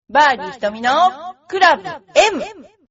バーディー瞳のクラブ M。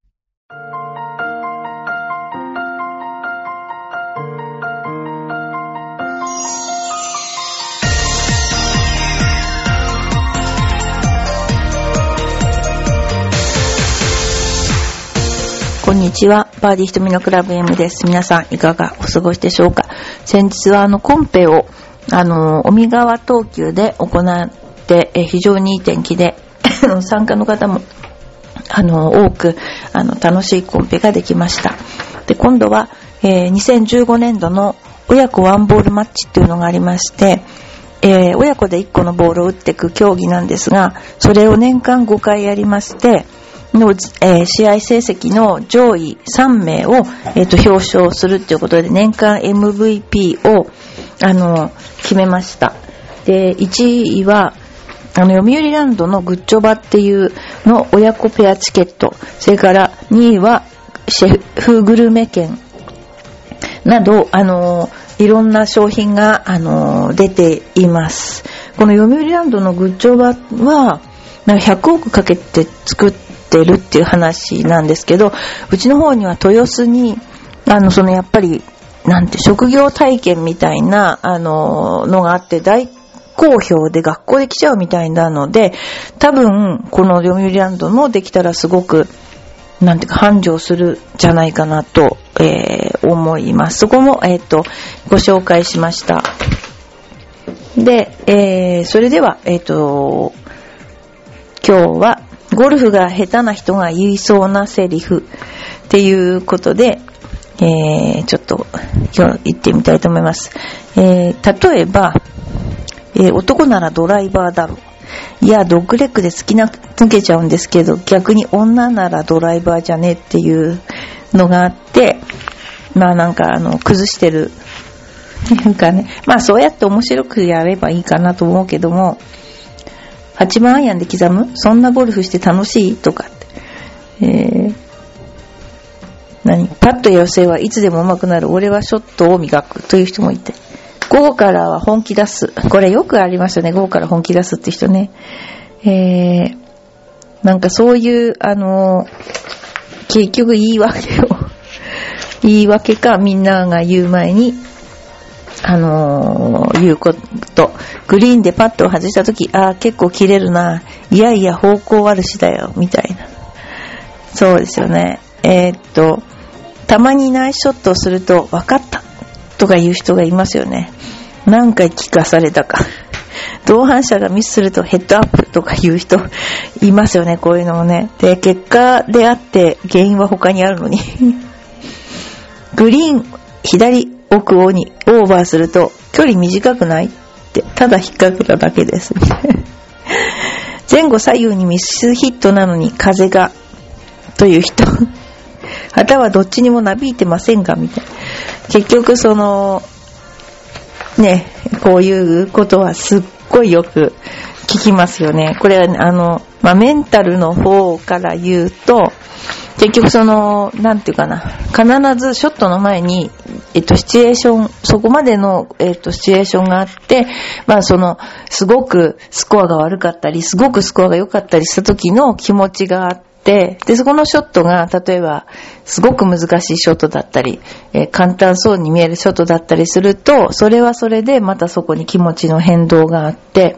こんにちは、バーディー瞳のクラブ M です。皆さんいかがお過ごしでしょうか。先日はコンペを尾身川東急で行って非常にいい天気で参加の方も多く楽しいコンペができました。で、今度は、2015年度の親子ワンボールマッチっていうのがありまして、親子で1個のボールを打っていく競技なんですが、それを年間5回やりましての、試合成績の上位3名を、表彰するっていうことで年間 MVP を決めました。で、1位は読売ランドのグッチョバっていうの親子ペアチケット、それから2位はシェフグルメ券などいろんな商品が出ています。この読売ランドのグッチョバは100億かけて作ってるっていう話なんですけど、うちの方には豊洲にやっぱり職業体験みたいなのがあって大好評で学校で来ちゃうみたいなので、多分この読売ランドのできたらすごく繁盛するんじゃないかなと、思います。そこもご紹介しました。で、それでは今日はゴルフが下手な人が言いそうなセリフっていうことで、ちょっと今日言ってみたいと思います。例えば、男ならドライバーだろう。いや、ドッグレッグで突き抜けちゃうんですけど、逆に女ならドライバーじゃねっていうのがあって、崩してるっていうかね。そうやって面白くやればいいかなと思うけども、8番アイアンで刻む？そんなゴルフして楽しい？とかって。パッと寄せはいつでも上手くなる。俺はショットを磨くという人もいて。午後からは本気出す。これよくありますよね。午後から本気出すって人ね。そういう、結局言い訳かみんなが言う前に、言うこと。グリーンでパッと外したとき、結構切れるな。いやいや方向悪しだよ。みたいな。そうですよね。たまにナイスショットをすると、分かったとか言う人がいますよね。何回聞かされたか。同伴者がミスするとヘッドアップとか言う人いますよね。こういうのもね。で、結果であって原因は他にあるのに。グリーン左奥にオーバーすると距離短くないってただ引っ掛けただけです。前後左右にミスヒットなのに風がという人。旗はどっちにもなびいてませんがみたいな。結局こういうことはすっごいよく聞きますよね。これはメンタルの方から言うと、結局必ずショットの前にシチュエーション、そこまでのシチュエーションがあって、すごくスコアが悪かったり、すごくスコアが良かったりした時の気持ちがあって、で、そこのショットが、例えば、すごく難しいショットだったり、簡単そうに見えるショットだったりすると、それはそれでまたそこに気持ちの変動があって、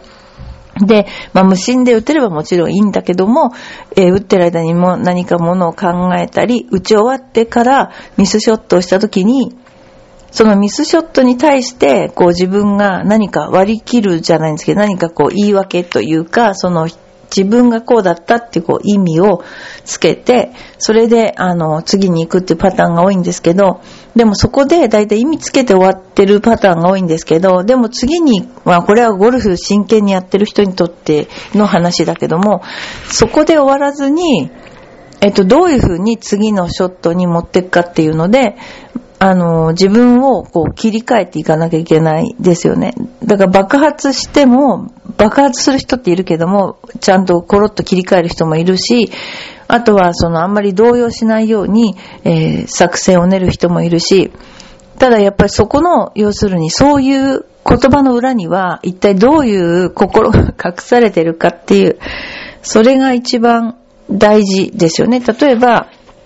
で、無心で打てればもちろんいいんだけども、打ってる間にも何かものを考えたり、打ち終わってからミスショットをしたときに、そのミスショットに対して、自分が何か割り切るじゃないんですけど、何か言い訳というか、自分がこうだったっていう意味をつけて、それで次に行くっていうパターンが多いんですけど、でもそこでだいたい意味つけて終わってるパターンが多いんですけど、でも次にこれはゴルフ真剣にやってる人にとっての話だけども、そこで終わらずにどういう風に次のショットに持っていくかっていうので、自分を切り替えていかなきゃいけないですよね。だから爆発しても、爆発する人っているけども、ちゃんとコロッと切り替える人もいるし、あとはあんまり動揺しないように、作戦を練る人もいるし、ただやっぱりそこの、要するにそういう言葉の裏には一体どういう心が隠されてるかっていうそれが一番大事ですよね。例えば、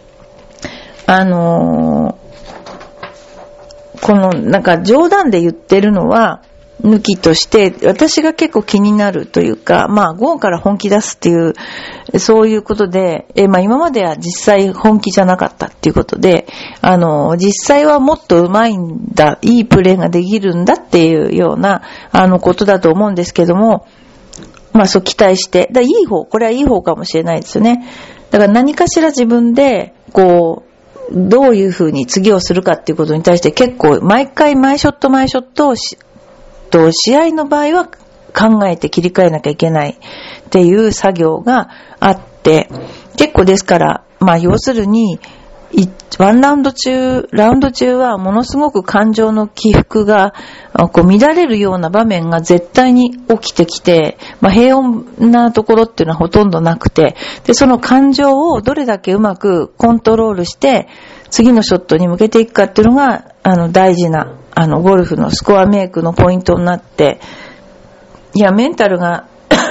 このなんか冗談で言ってるのは抜きとして、私が結構気になるというか、午後から本気出すっていう、そういうことで、今までは実際本気じゃなかったっていうことで、実際はもっと上手いんだ、いいプレーができるんだっていうような、ことだと思うんですけども、そう期待して、いい方、これはいい方かもしれないですよね。だから何かしら自分で、どういう風に次をするかっていうことに対して結構毎回毎ショット毎ショットを試合の場合は考えて切り替えなきゃいけないっていう作業があって、結構ですから、要するに、ラウンド中はものすごく感情の起伏が乱れるような場面が絶対に起きてきて、平穏なところっていうのはほとんどなくて、で、その感情をどれだけうまくコントロールして次のショットに向けていくかっていうのが大事なゴルフのスコアメイクのポイントになって、メンタルが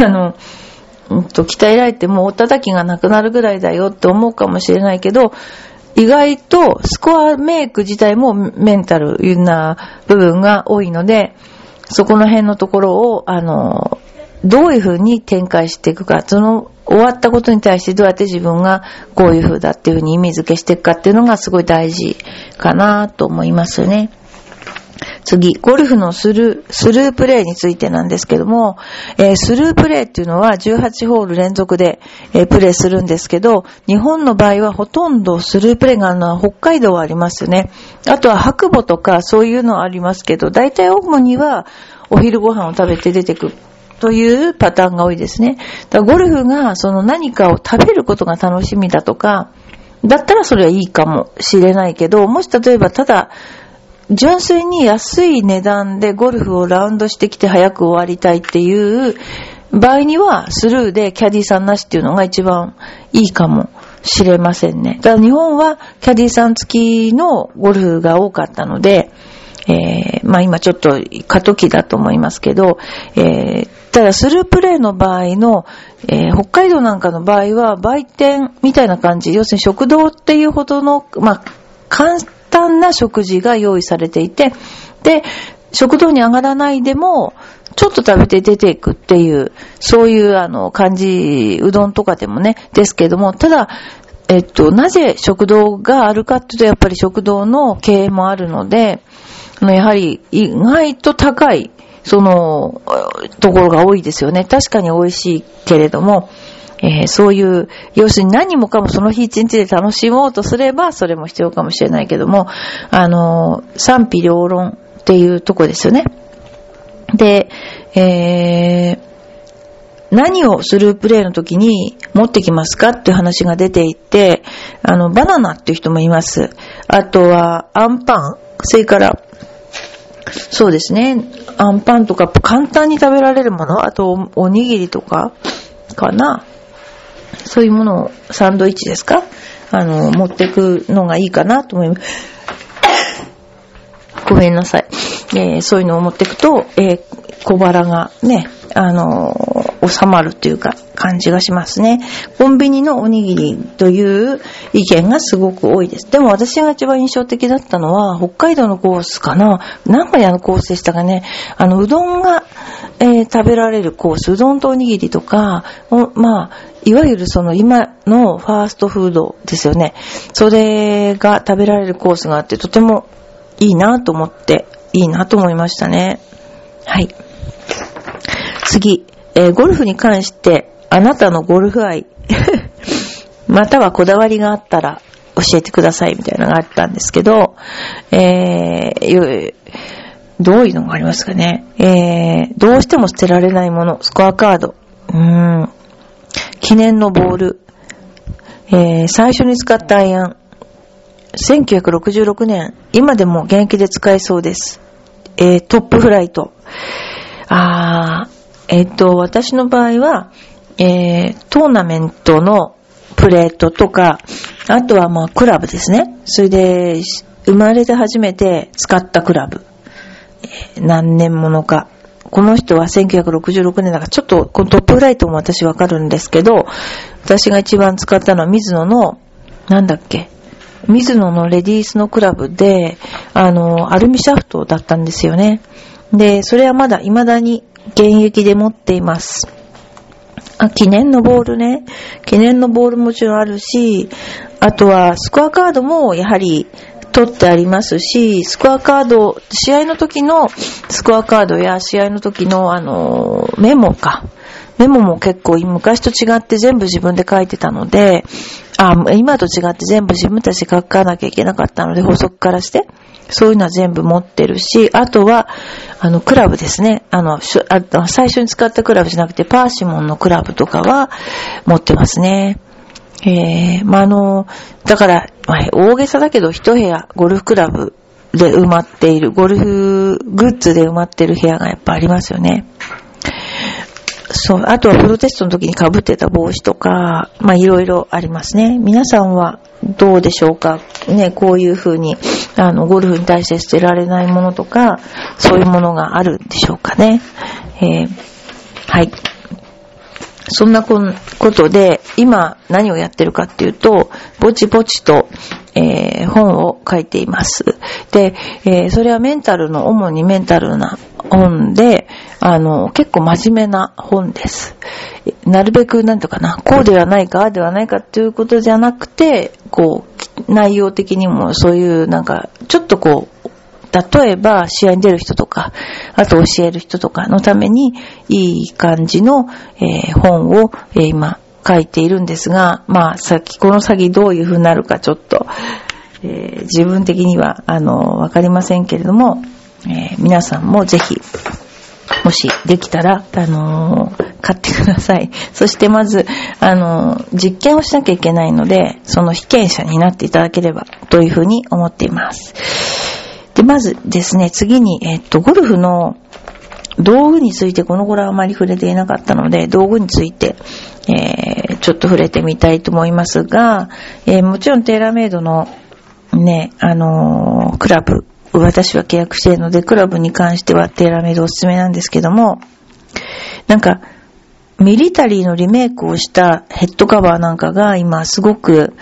鍛えられてもうお叩きがなくなるぐらいだよって思うかもしれないけど、意外とスコアメイク自体もメンタルな部分が多いので、そこの辺のところをどういう風に展開していくか、その終わったことに対してどうやって自分がこういう風だっていう風に意味付けしていくかっていうのがすごい大事かなと思いますよね。次、ゴルフのスループレーについてなんですけども、スループレーっていうのは18ホール連続で、プレーするんですけど、日本の場合はほとんどスループレーがあるのは北海道はありますよね。あとは白母とかそういうのはありますけど、大体主にはお昼ご飯を食べて出てくるというパターンが多いですね。だからゴルフがその何かを食べることが楽しみだとか、だったらそれはいいかもしれないけど、もし例えばただ純粋に安い値段でゴルフをラウンドしてきて早く終わりたいっていう場合にはスルーでキャディーさんなしっていうのが一番いいかもしれませんね。だから日本はキャディーさん付きのゴルフが多かったので、今ちょっと過渡期だと思いますけど、ただスループレーの場合の、北海道なんかの場合は売店みたいな感じ、要するに食堂っていうほどの、簡単な食事が用意されていて、で、食堂に上がらないでも、ちょっと食べて出ていくっていう、そういう感じ、うどんとかでもね、ですけども、ただ、なぜ食堂があるかっていうと、やっぱり食堂の経営もあるので、やはり意外と高い、ところが多いですよね。確かに美味しいけれども、そういう、要するに何もかもその日一日で楽しもうとすれば、それも必要かもしれないけども、賛否両論っていうとこですよね。で、何をスループレーの時に持ってきますかっていう話が出ていて、バナナっていう人もいます。あとは、アンパン。それから、そうですね。アンパンとか簡単に食べられるもの、あとおにぎりとかかな。そういうものをサンドイッチですか？持ってくのがいいかなと思います。ごめんなさい。そういうのを持ってくと、小腹がね、収まるというか感じがしますね。コンビニのおにぎりという意見がすごく多いです。でも私が一番印象的だったのは北海道のコースかな。名古屋のコースでしたかね。うどんが、食べられるコース、うどんとおにぎりとか、いわゆるその今のファーストフードですよね。それが食べられるコースがあってとてもいいなと思いましたね。はい。次、ゴルフに関してあなたのゴルフ愛またはこだわりがあったら教えてくださいみたいなのがあったんですけど、どういうのがありますかね。どうしても捨てられないもの、スコアカード、記念のボール、最初に使ったアイアン、1966年、今でも現役で使えそうです。トップフライト。私の場合は、トーナメントのプレートとか、あとはクラブですね。それで、生まれて初めて使ったクラブ。何年ものか。 この人は1966年だから、ちょっとこのトップライトも私わかるんですけど、私が一番使ったのはミズノの、ミズノのレディースのクラブで、アルミシャフトだったんですよね。で、それはまだ未だに現役で持っています。記念のボールね。記念のボールもちろんあるし、あとはスコアカードもやはり取ってありますし、スコアカード、試合の時のスコアカードや試合の時のメモも結構昔と違って全部自分で書いてたので、今と違って全部自分たちで書かなきゃいけなかったので、補足からして。そういうのは全部持ってるし、あとは、クラブですね。最初に使ったクラブじゃなくて、パーシモンのクラブとかは持ってますね。だから、大げさだけど、一部屋、ゴルフクラブで埋まっている、ゴルフグッズで埋まっている部屋がやっぱありますよね。そう、あとはプロテストの時に被ってた帽子とか、いろいろありますね。皆さんはどうでしょうかね、こういう風に、ゴルフに対して捨てられないものとか、そういうものがあるんでしょうかね。はい。そんなことで、今何をやってるかっていうと、ぼちぼちと、本を書いています。で、それは主にメンタルな本で、結構真面目な本です。なるべくこうではないか、ああではないかっていうことじゃなくて、内容的にもそういうちょっと例えば試合に出る人とか、あと教える人とかのためにいい感じの、本を、今書いているんですが、この先どういう風になるかちょっと、自分的にはわかりませんけれども、皆さんもぜひもしできたら買ってください。そしてまず実験をしなきゃいけないので、その被験者になっていただければという風に思っています。で、まずですね、次にゴルフの道具についてこの頃あまり触れていなかったので、道具について、ちょっと触れてみたいと思いますが、もちろんテーラーメイドのね、クラブ、私は契約しているので、クラブに関してはテーラーメイドおすすめなんですけども、ミリタリーのリメイクをしたヘッドカバーなんかが今すごく、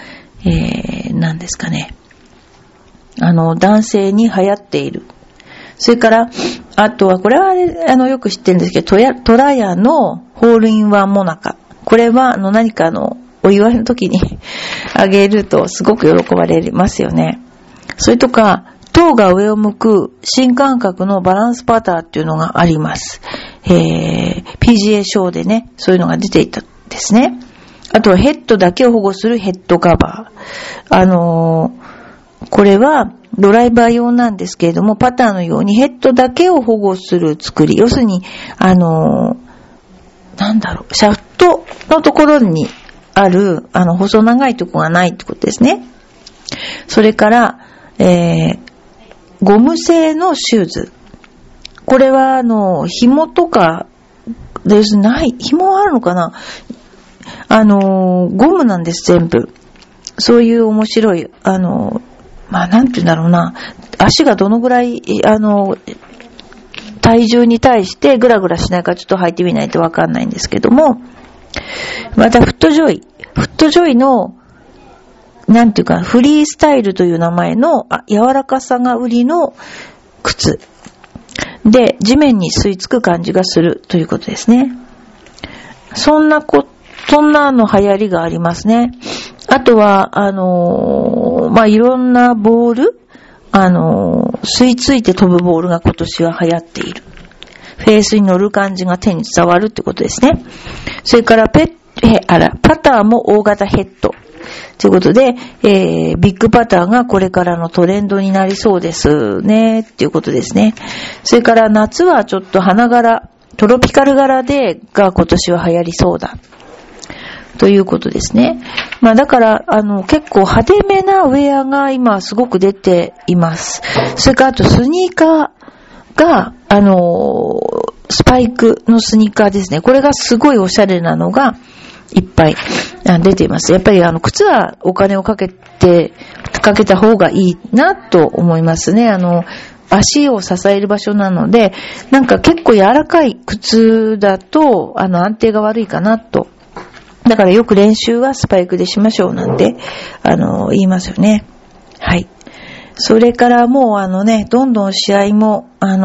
男性に流行っている。それから、あとは、これはよく知ってるんですけど、トラヤのホールインワンモナカ。これは、何かお祝いの時にあげるとすごく喜ばれますよね。それとか、頭が上を向く新感覚のバランスパターっていうのがあります。PGA ショーでね、そういうのが出ていたんですね。あとはヘッドだけを保護するヘッドカバー。これはドライバー用なんですけれども、パターのようにヘッドだけを保護する作り。要するに、シャフトのところにある、細長いところがないってことですね。それから、ゴム製のシューズ。これは、紐とかですない、紐あるのかな？ゴムなんです、全部。そういう面白い、足がどのぐらい、体重に対してグラグラしないかちょっと履いてみないとわかんないんですけども、またフットジョイの、フリースタイルという名前の柔らかさが売りの靴。で、地面に吸い付く感じがするということですね。そんなの流行りがありますね。あとは、いろんなボール、吸い付いて飛ぶボールが今年は流行っている。フェースに乗る感じが手に伝わるってことですね。それからパターも大型ヘッド。ということで、ビッグパターがこれからのトレンドになりそうですね。っていうことですね。それから夏はちょっと花柄、トロピカル柄が今年は流行りそうだ。ということですね。だから、結構派手めなウェアが今すごく出ています。それからあとスニーカーが、スパイクのスニーカーですね。これがすごいおしゃれなのがいっぱい出ています。やっぱり靴はお金をかけた方がいいなと思いますね。 足を支える場所なので、なんか結構柔らかい靴だと、安定が悪いかなと。だからよく練習はスパイクでしましょうなんて、言いますよね。はい。それからもうどんどん試合も、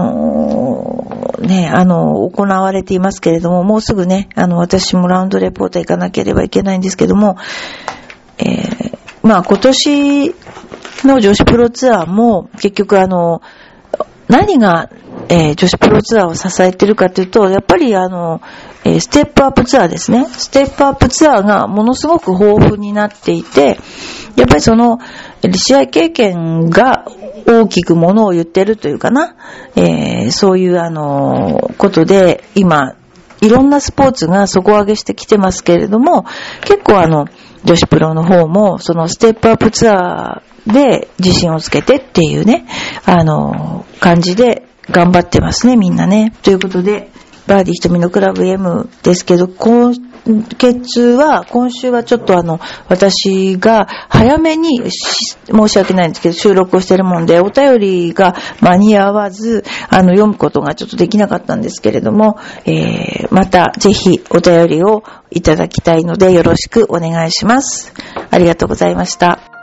行われていますけれども、もうすぐね、私もラウンドレポーター行かなければいけないんですけども、今年の女子プロツアーも結局何が、女子プロツアーを支えているかというと、やっぱりステップアップツアーですね。ステップアップツアーがものすごく豊富になっていて、やっぱりその試合経験が大きくものを言ってるというかな、そういうことで今いろんなスポーツが底上げしてきてますけれども、結構女子プロの方もそのステップアップツアーで自信をつけてっていうね、感じで頑張ってますね、みんなね。ということで、バーディー瞳のクラブ M ですけど、今週はちょっと私が早めに申し訳ないんですけど、収録をしているもんで、お便りが間に合わず、読むことがちょっとできなかったんですけれども、またぜひお便りをいただきたいので、よろしくお願いします。ありがとうございました。